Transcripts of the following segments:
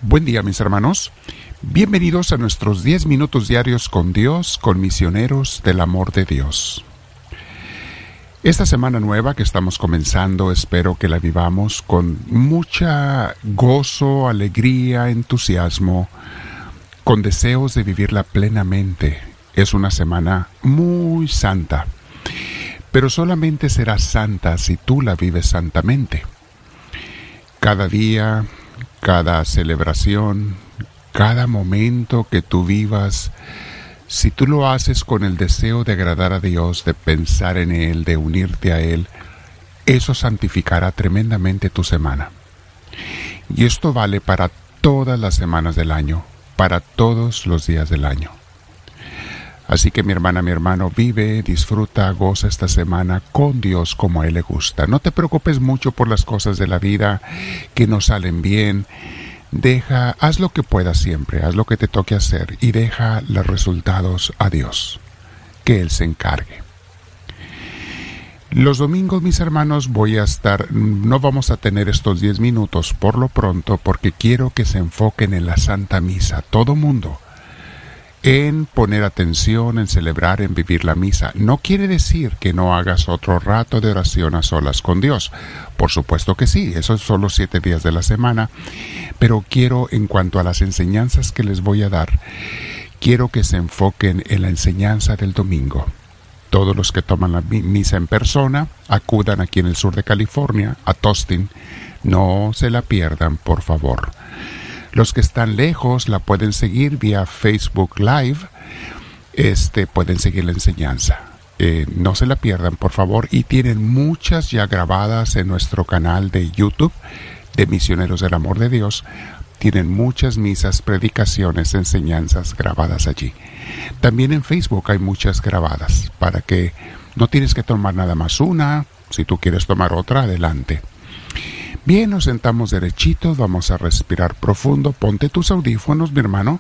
Buen día, mis hermanos. Bienvenidos a nuestros 10 minutos diarios con Dios, con misioneros del amor de Dios. Esta semana nueva que estamos comenzando, espero que la vivamos con mucha gozo, alegría, entusiasmo, con deseos de vivirla plenamente. Es una semana muy santa, pero solamente será santa si tú la vives santamente. Cada día, cada celebración, cada momento que tú vivas, si tú lo haces con el deseo de agradar a Dios, de pensar en Él, de unirte a Él, eso santificará tremendamente tu semana. Y esto vale para todas las semanas del año, para todos los días del año. Así que mi hermana, mi hermano, vive, disfruta, goza esta semana con Dios como a Él le gusta. No te preocupes mucho por las cosas de la vida que no salen bien. Haz lo que puedas siempre, haz lo que te toque hacer y deja los resultados a Dios, que Él se encargue. Los domingos, mis hermanos, no vamos a tener estos 10 minutos por lo pronto porque quiero que se enfoquen en la Santa Misa, todo mundo, en poner atención, en celebrar, en vivir la misa. No quiere decir que no hagas otro rato de oración a solas con Dios. Por supuesto que sí, esos son los 7 días de la semana. Pero quiero, en cuanto a las enseñanzas que les voy a dar, quiero que se enfoquen en la enseñanza del domingo. Todos los que toman la misa en persona, acudan aquí en el sur de California, a Tustin. No se la pierdan, por favor. Los que están lejos la pueden seguir vía Facebook Live. Pueden seguir la enseñanza. No se la pierdan, por favor. Y tienen muchas ya grabadas en nuestro canal de YouTube de Misioneros del Amor de Dios. Tienen muchas misas, predicaciones, enseñanzas grabadas allí. También en Facebook hay muchas grabadas para que no tienes que tomar nada más una. Si tú quieres tomar otra, adelante. Bien, nos sentamos derechitos, vamos a respirar profundo. Ponte tus audífonos, mi hermano.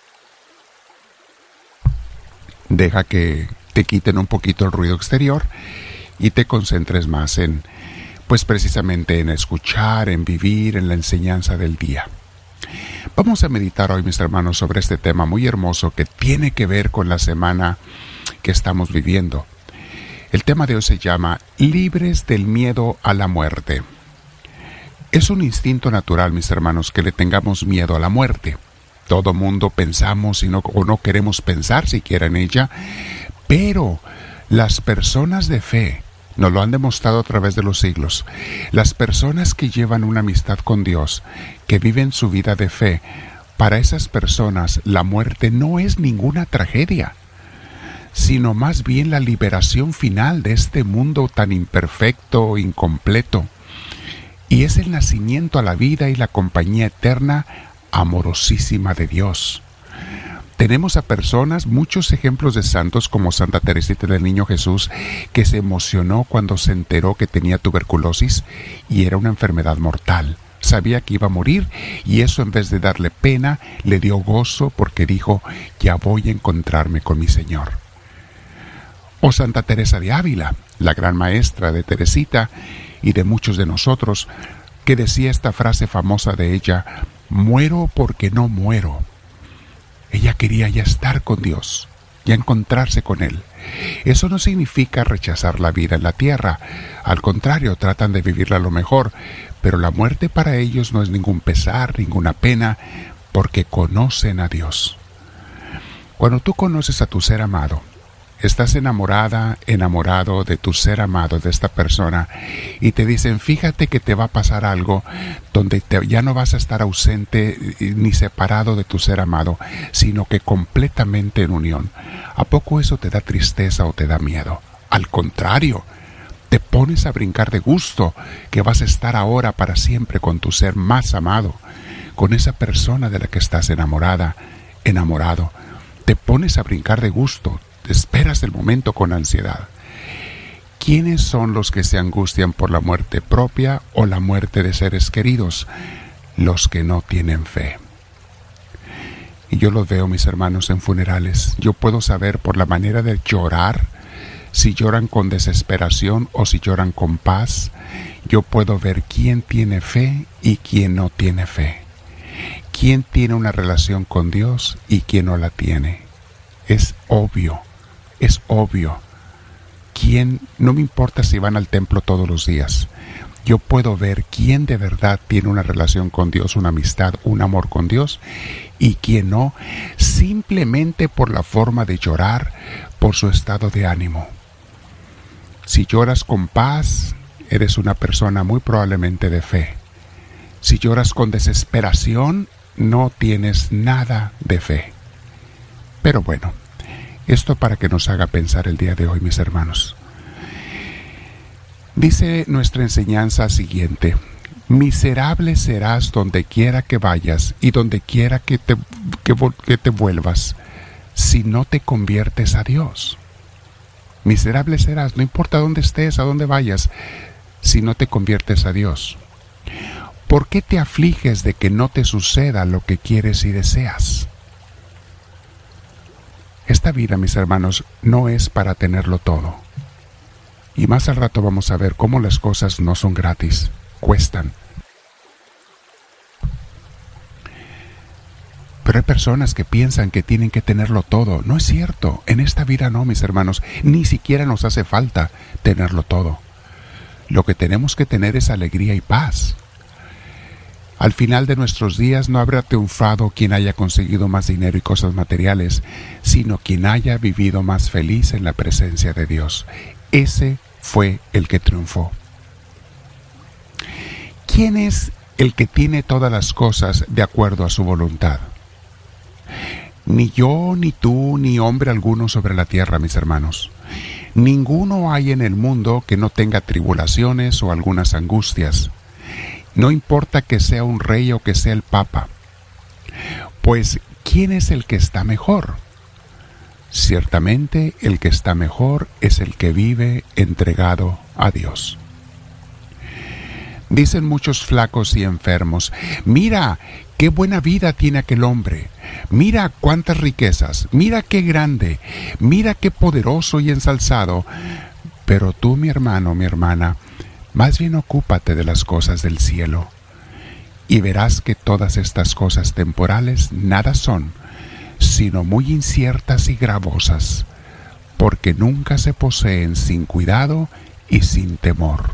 Deja que te quiten un poquito el ruido exterior y te concentres más precisamente en escuchar, en vivir, en la enseñanza del día. Vamos a meditar hoy, mis hermanos, sobre este tema muy hermoso que tiene que ver con la semana que estamos viviendo. El tema de hoy se llama Libres del miedo a la muerte. Es un instinto natural, mis hermanos, que le tengamos miedo a la muerte. Todo mundo pensamos o no queremos pensar siquiera en ella, pero las personas de fe nos lo han demostrado a través de los siglos. Las personas que llevan una amistad con Dios, que viven su vida de fe, para esas personas la muerte no es ninguna tragedia, sino más bien la liberación final de este mundo tan imperfecto, incompleto. Y es el nacimiento a la vida y la compañía eterna amorosísima de Dios. Tenemos a personas, muchos ejemplos de santos como Santa Teresita del Niño Jesús, que se emocionó cuando se enteró que tenía tuberculosis y era una enfermedad mortal. Sabía que iba a morir y eso, en vez de darle pena, le dio gozo porque dijo: ya voy a encontrarme con mi Señor. O Santa Teresa de Ávila, la gran maestra de Teresita y de muchos de nosotros, que decía esta frase famosa de ella: muero porque no muero. Ella quería ya estar con Dios, ya encontrarse con Él. Eso no significa rechazar la vida en la tierra. Al contrario, tratan de vivirla lo mejor, pero la muerte para ellos no es ningún pesar, ninguna pena, porque conocen a Dios. Cuando tú conoces a tu ser amado, estás enamorado de tu ser amado, de esta persona, y te dicen: fíjate que te va a pasar algo donde ya no vas a estar ausente ni separado de tu ser amado, sino que completamente en unión. ¿A poco eso te da tristeza o te da miedo? Al contrario, te pones a brincar de gusto que vas a estar ahora para siempre con tu ser más amado, con esa persona de la que estás enamorado. Te pones a brincar de gusto. Esperas el momento con ansiedad. ¿Quiénes son los que se angustian por la muerte propia o la muerte de seres queridos? Los que no tienen fe. Y yo los veo, mis hermanos, en funerales. Yo puedo saber por la manera de llorar, si lloran con desesperación o si lloran con paz. Yo puedo ver quién tiene fe y quién no tiene fe. quién tiene una relación con Dios y quién no la tiene. Es obvio. No me importa si van al templo todos los días. Yo puedo ver quién de verdad tiene una relación con Dios, una amistad, un amor con Dios, y quién no, simplemente por la forma de llorar, por su estado de ánimo. Si lloras con paz, eres una persona muy probablemente de fe. Si lloras con desesperación, no tienes nada de fe. Pero bueno, esto para que nos haga pensar el día de hoy, mis hermanos. Dice nuestra enseñanza siguiente: miserable serás donde quiera que vayas y donde quiera que te vuelvas, si no te conviertes a Dios. Miserable serás, no importa dónde estés, a dónde vayas, si no te conviertes a Dios. ¿Por qué te afliges de que no te suceda lo que quieres y deseas? Esta vida, mis hermanos, no es para tenerlo todo. Y más al rato vamos a ver cómo las cosas no son gratis, cuestan. Pero hay personas que piensan que tienen que tenerlo todo. No es cierto. En esta vida no, mis hermanos. Ni siquiera nos hace falta tenerlo todo. Lo que tenemos que tener es alegría y paz. Al final de nuestros días no habrá triunfado quien haya conseguido más dinero y cosas materiales, sino quien haya vivido más feliz en la presencia de Dios. Ese fue el que triunfó. ¿Quién es el que tiene todas las cosas de acuerdo a su voluntad? Ni yo, ni tú, ni hombre alguno sobre la tierra, mis hermanos. Ninguno hay en el mundo que no tenga tribulaciones o algunas angustias. No importa que sea un rey o que sea el papa. Pues, ¿quién es el que está mejor? Ciertamente, el que está mejor es el que vive entregado a Dios. Dicen muchos flacos y enfermos: mira, qué buena vida tiene aquel hombre. Mira cuántas riquezas. Mira qué grande. Mira qué poderoso y ensalzado. Pero tú, mi hermano, mi hermana, más bien ocúpate de las cosas del cielo, y verás que todas estas cosas temporales nada son, sino muy inciertas y gravosas, porque nunca se poseen sin cuidado y sin temor.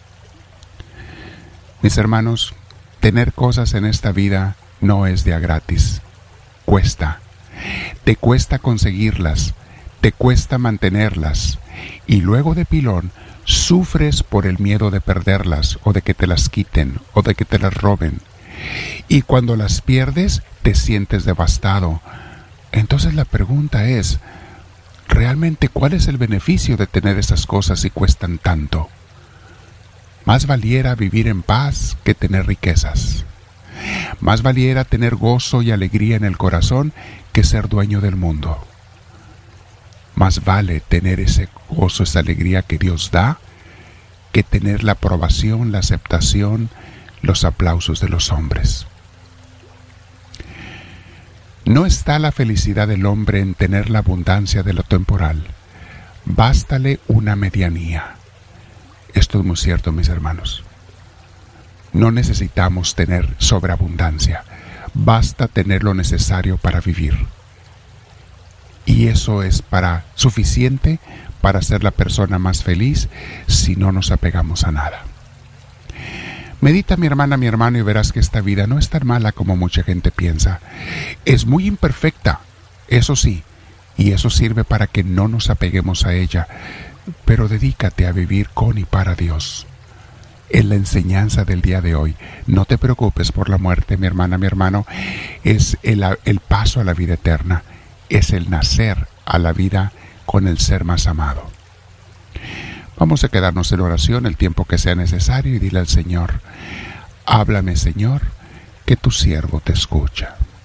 Mis hermanos, tener cosas en esta vida no es de a gratis. Cuesta. Te cuesta conseguirlas, te cuesta mantenerlas, y luego de pilón sufres por el miedo de perderlas, o de que te las quiten, o de que te las roben. Y cuando las pierdes, te sientes devastado. Entonces la pregunta es, ¿realmente cuál es el beneficio de tener esas cosas si cuestan tanto? Más valiera vivir en paz que tener riquezas. Más valiera tener gozo y alegría en el corazón que ser dueño del mundo. Más vale tener ese gozo, esa alegría que Dios da, que tener la aprobación, la aceptación, los aplausos de los hombres. No está la felicidad del hombre en tener la abundancia de lo temporal. Bástale una medianía. Esto es muy cierto, mis hermanos. No necesitamos tener sobreabundancia. Basta tener lo necesario para vivir. Y eso es suficiente para ser la persona más feliz si no nos apegamos a nada. Medita, mi hermana, mi hermano, y verás que esta vida no es tan mala como mucha gente piensa. Es muy imperfecta, eso sí, y eso sirve para que no nos apeguemos a ella, pero dedícate a vivir con y para Dios. En la enseñanza del día de hoy, no te preocupes por la muerte, mi hermana, mi hermano, es el paso a la vida eterna, es el nacer a la vida con el ser más amado. Vamos a quedarnos en oración el tiempo que sea necesario y dile al Señor: háblame, Señor, que tu siervo te escucha.